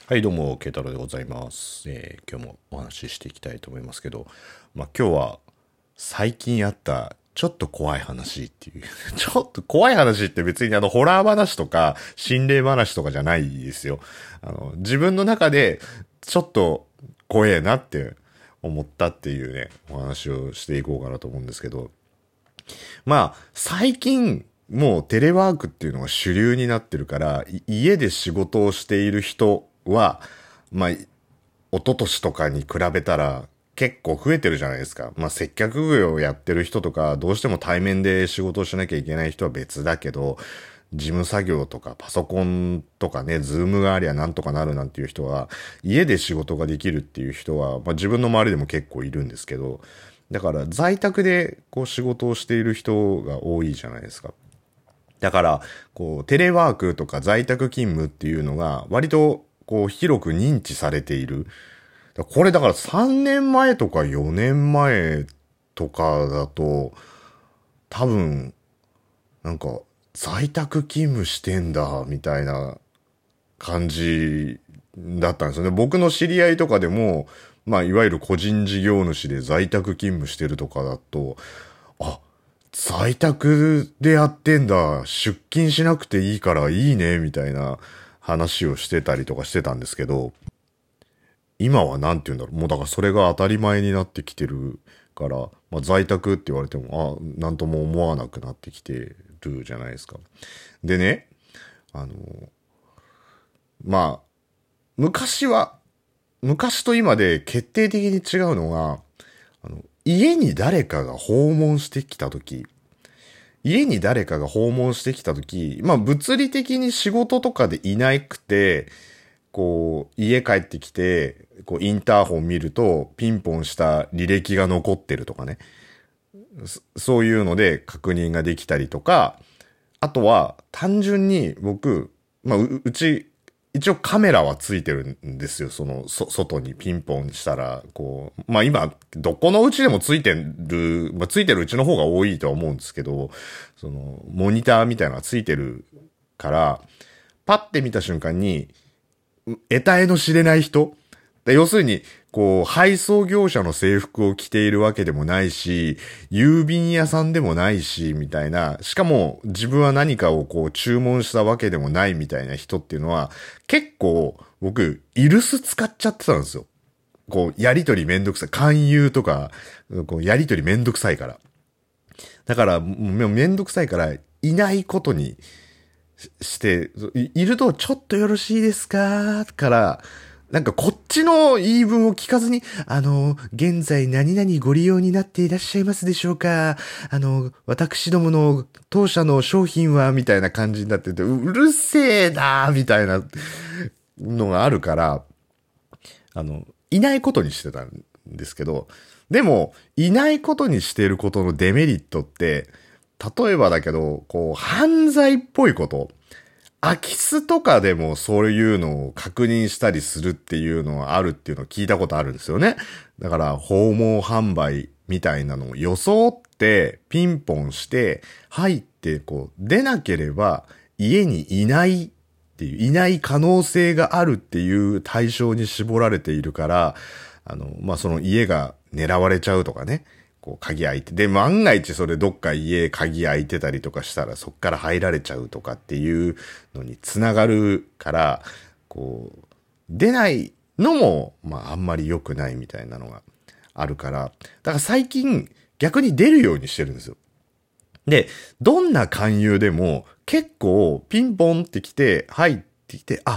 はい、どうも、慶太郎でございます。今日もお話ししていきたいと思いますけど、今日は最近あったちょっと怖い話っていうちょっと怖い話って別にホラー話とか心霊話とかじゃないですよ。自分の中でちょっと怖えなって思ったっていうね、お話をしていこうかなと思うんですけど、最近、もうテレワークっていうのが主流になってるから、家で仕事をしている人は、まあ、一昨年とかに比べたら結構増えてるじゃないですか。接客業をやってる人とか、どうしても対面で仕事をしなきゃいけない人は別だけど、事務作業とかパソコンとかね、ズームがありゃなんとかなるなんていう人は、家で仕事ができるっていう人は、自分の周りでも結構いるんですけど、だから在宅でこう仕事をしている人が多いじゃないですか。だから、テレワークとか在宅勤務っていうのが割と広く認知されている。これだから3年前とか4年前とかだと、多分、なんか、在宅勤務してんだ、みたいな感じだったんですよね。僕の知り合いとかでも、いわゆる個人事業主で在宅勤務してるとかだと、あ、在宅でやってんだ、出勤しなくていいからいいね、みたいな話をしてたりとかしてたんですけど、今はなんて言うんだろう。もうだからそれが当たり前になってきてるから、在宅って言われても、なんとも思わなくなってきてるじゃないですか。でね、あの、まあ、昔は、昔と今で決定的に違うのが、家に誰かが訪問してきたとき、家に誰かが訪問してきたとき、物理的に仕事とかでいなくて、家帰ってきて、インターホン見ると、ピンポンした履歴が残ってるとかね。そういうので確認ができたりとか、あとは、単純に僕、うち、一応カメラはついてるんですよ。外にピンポンしたら、今、どこのうちでもついてる、ついてるうちの方が多いとは思うんですけど、モニターみたいなのがついてるから、パッて見た瞬間に、得体の知れない人要するに、配送業者の制服を着ているわけでもないし、郵便屋さんでもないし、みたいな、しかも自分は何かを注文したわけでもないみたいな人っていうのは、結構僕、イルス使っちゃってたんですよ。やりとりめんどくさい。勧誘とか、やりとりめんどくさいから。だから、めんどくさいから、いないことにして、いると、ちょっとよろしいですかから、なんかこっちの言い分を聞かずに、現在何々ご利用になっていらっしゃいますでしょうか。私どもの当社の商品は、みたいな感じになってて、うるせえなーみたいなのがあるから、いないことにしてたんですけど、でも、いないことにしていることのデメリットって、例えばだけど、犯罪っぽいこと、空き巣とかでもそういうのを確認したりするっていうのはあるっていうのを聞いたことあるんですよね。だから、訪問販売みたいなのを装ってピンポンして入って出なければ家にいないっていう、いない可能性があるっていう対象に絞られているから、その家が狙われちゃうとかね。鍵開いて。で、万が一それどっか家鍵開いてたりとかしたらそっから入られちゃうとかっていうのにつながるから、出ないのも、あんまり良くないみたいなのがあるから、だから最近逆に出るようにしてるんですよ。で、どんな勧誘でも結構ピンポンって来て、入ってきて、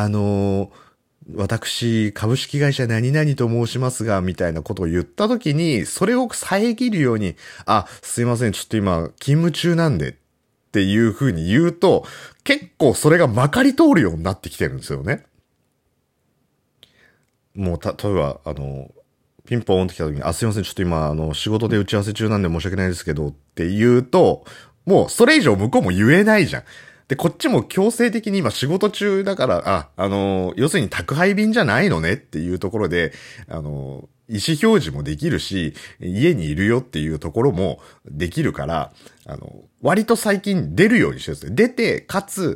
私、株式会社何々と申しますが、みたいなことを言ったときに、それを遮るように、すいません、ちょっと今、勤務中なんで、っていう風に言うと、結構それがまかり通るようになってきてるんですよね。もう、例えば、ピンポーンって来たときに、すいません、ちょっと今、仕事で打ち合わせ中なんで申し訳ないですけど、って言うと、もう、それ以上向こうも言えないじゃん。で、こっちも強制的に今仕事中だから、要するに宅配便じゃないのねっていうところで、意思表示もできるし、家にいるよっていうところもできるから、割と最近出るようにしてるんですよ。出て、かつ、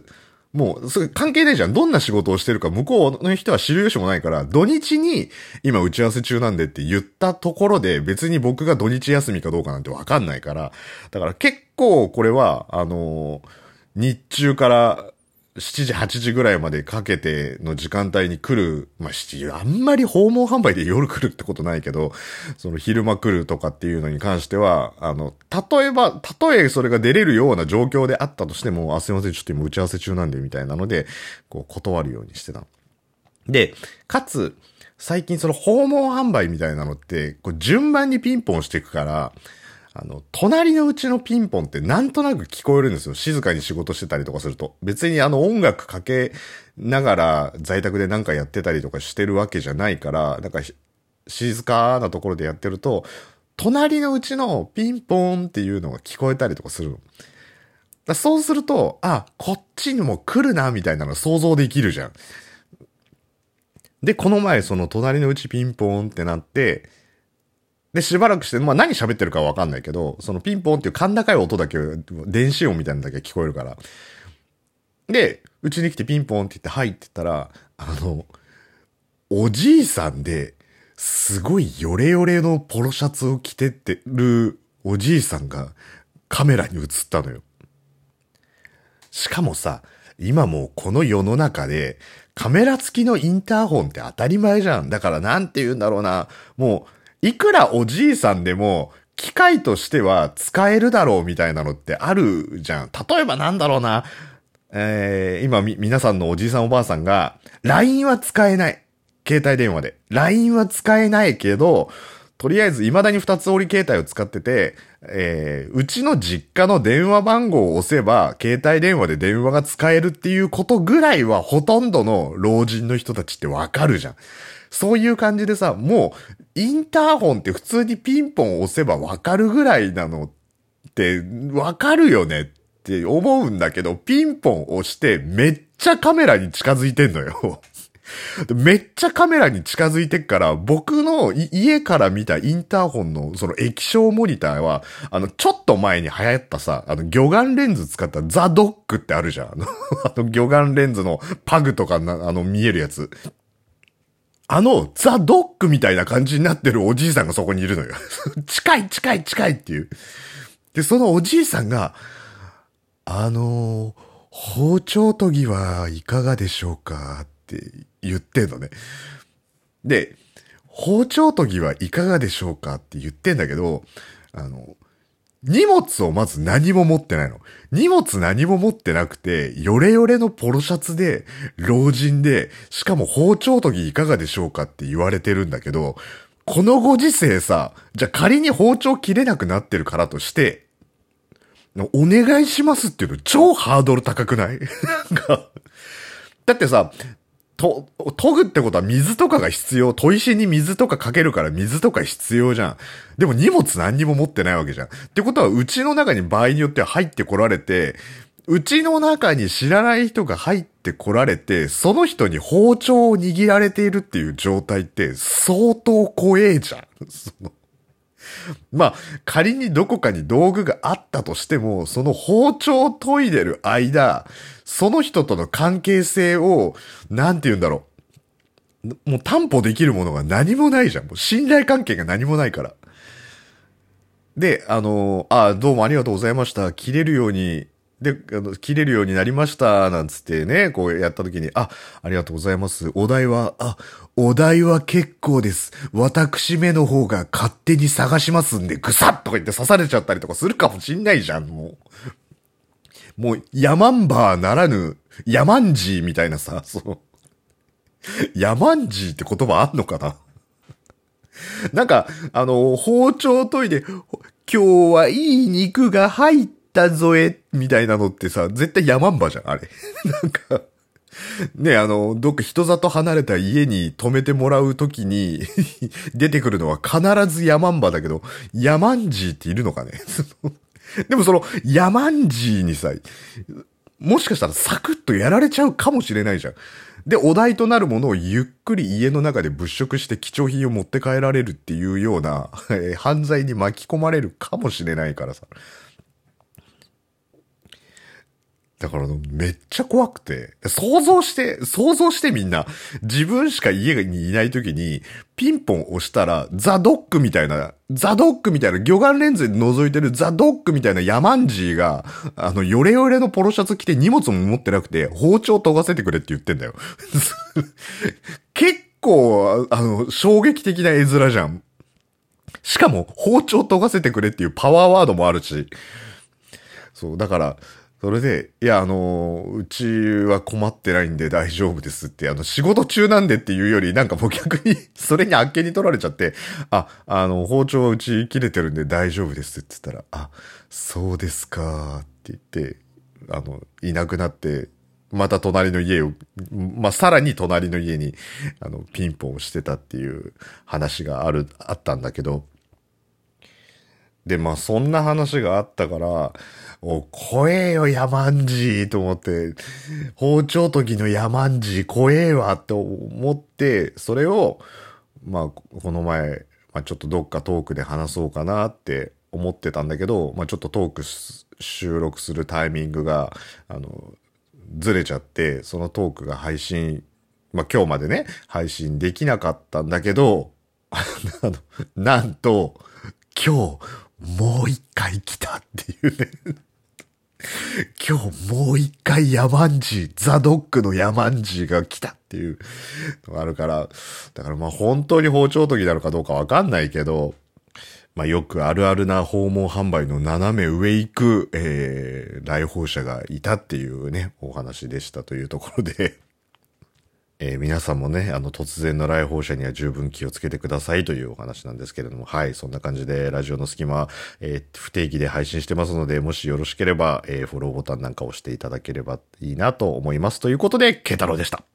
もう、それ関係ないじゃん。どんな仕事をしてるか向こうの人は知る由もないから、土日に今打ち合わせ中なんでって言ったところで別に僕が土日休みかどうかなんてわかんないから、だから結構これは、日中から7時、8時ぐらいまでかけての時間帯に来る、まあ、あんまり訪問販売で夜来るってことないけど、その昼間来るとかっていうのに関しては、例えそれが出れるような状況であったとしても、すいません、ちょっと今打ち合わせ中なんで、みたいなので、こう断るようにしてた。で、かつ、最近その訪問販売みたいなのって、こう順番にピンポンしていくから、隣のうちのピンポンってなんとなく聞こえるんですよ。静かに仕事してたりとかすると。別に音楽かけながら在宅でなんかやってたりとかしてるわけじゃないから、なんか静かなところでやってると、隣のうちのピンポンっていうのが聞こえたりとかするの。そうすると、こっちにも来るな、みたいなの想像できるじゃん。で、この前その隣のうちピンポンってなって、で、しばらくして、まあ何喋ってるかわかんないけど、そのピンポンっていう甲高い音だけ、電子音みたいなのだけ聞こえるから。で、うちに来てピンポンって言って入ってったら、おじいさんで、すごいヨレヨレのポロシャツを着てってるおじいさんがカメラに映ったのよ。しかもさ、今もうこの世の中でカメラ付きのインターホンって当たり前じゃん。だからなんて言うんだろうな。もう、いくらおじいさんでも、機械としては使えるだろうみたいなのってあるじゃん。例えばなんだろうな。今皆さんのおじいさんおばあさんが、LINE は使えない。携帯電話で。LINE は使えないけど、とりあえず未だに二つ折り携帯を使ってて、うちの実家の電話番号を押せば、携帯電話で電話が使えるっていうことぐらいはほとんどの老人の人たちってわかるじゃん。そういう感じでさ、もう、インターホンって普通にピンポン押せばわかるぐらいなのってわかるよねって思うんだけど、ピンポン押してめっちゃカメラに近づいてんのよ。めっちゃカメラに近づいてっから、僕の家から見たインターホンのその液晶モニターは、ちょっと前に流行ったさ、魚眼レンズ使ったザ・ドックってあるじゃん。魚眼レンズのパグとか見えるやつ。ザ・ドックみたいな感じになってるおじいさんがそこにいるのよ。近い近い近いっていう。で、そのおじいさんが、包丁研ぎはいかがでしょうかって言ってんのね。で、包丁研ぎはいかがでしょうかって言ってんだけど、荷物をまず何も持ってないの。荷物何も持ってなくて、ヨレヨレのポロシャツで、老人で、しかも包丁研ぎいかがでしょうかって言われてるんだけど、このご時世さ、じゃあ仮に包丁切れなくなってるからとして、お願いしますっていうの超ハードル高くない？なんか、だってさ、研ぐってことは水とかが必要。砥石に水とかかけるから水とか必要じゃん。でも荷物何にも持ってないわけじゃん。ってことはうちの中に場合によっては入ってこられて、うちの中に知らない人が入ってこられて、その人に包丁を握られているっていう状態って相当怖えじゃん。まあ、仮にどこかに道具があったとしても、その包丁を研いでる間、その人との関係性を、なんて言うんだろう。もう担保できるものが何もないじゃん。もう信頼関係が何もないから。で、どうもありがとうございました。切れるように、で、切れるようになりました、なんつってね、こうやった時に、ありがとうございます。お題は結構です。私めの方が勝手に探しますんで、ぐさっとか言って刺されちゃったりとかするかもしんないじゃん、もう。もう、ヤマンバーならぬ、ヤマンジーみたいなさ、ヤマンジーって言葉あんのかな？なんか、包丁研いで、今日はいい肉が入ったぞえ、みたいなのってさ、絶対ヤマンバじゃん、あれ。なんか、ね、どっか人里離れた家に泊めてもらうときに出てくるのは必ずヤマンバだけど、ヤマンジーっているのかね？でもその、ヤマンジーにさ、もしかしたらサクッとやられちゃうかもしれないじゃん。で、お題となるものをゆっくり家の中で物色して貴重品を持って帰られるっていうような、犯罪に巻き込まれるかもしれないからさ。 だからめっちゃ怖くて、想像してみんな、自分しか家にいない時に、ピンポン押したら、ザドックみたいな、魚眼レンズで覗いてるザドックみたいなヤマンジーが、ヨレヨレのポロシャツ着て荷物も持ってなくて、包丁研がせてくれって言ってんだよ。結構、衝撃的な絵面じゃん。しかも、包丁研がせてくれっていうパワーワードもあるし。そう、だから、それで、いや、うちは困ってないんで大丈夫ですって、仕事中なんでっていうより、なんかもう逆に、それにあっけに取られちゃって、包丁はうち切れてるんで大丈夫ですって言ったら、そうですかって言って、いなくなって、また隣の家を、さらに隣の家に、ピンポンをしてたっていう話があったんだけど、で、そんな話があったから、怖えよ、ヤマンジーと思って、包丁研ぎのヤマンジー怖えわって思って、それを、この前、ちょっとどっかトークで話そうかなって思ってたんだけど、ちょっとトーク収録するタイミングが、ずれちゃって、そのトークが配信、今日までね、配信できなかったんだけど、なんと、今日、もう一回来たっていうね。今日もう一回ヤマンジー、ザドッグのヤマンジーが来たっていうのがあるから、だから本当に包丁研ぎなのかどうかわかんないけど、よくあるあるな訪問販売の斜め上行く、来訪者がいたっていうね、お話でしたというところで、皆さんもね、突然の来訪者には十分気をつけてくださいというお話なんですけれども、はい、そんな感じでラジオの隙間、不定期で配信してますので、もしよろしければ、フォローボタンなんか押していただければいいなと思います。ということで、ケイタロウでした。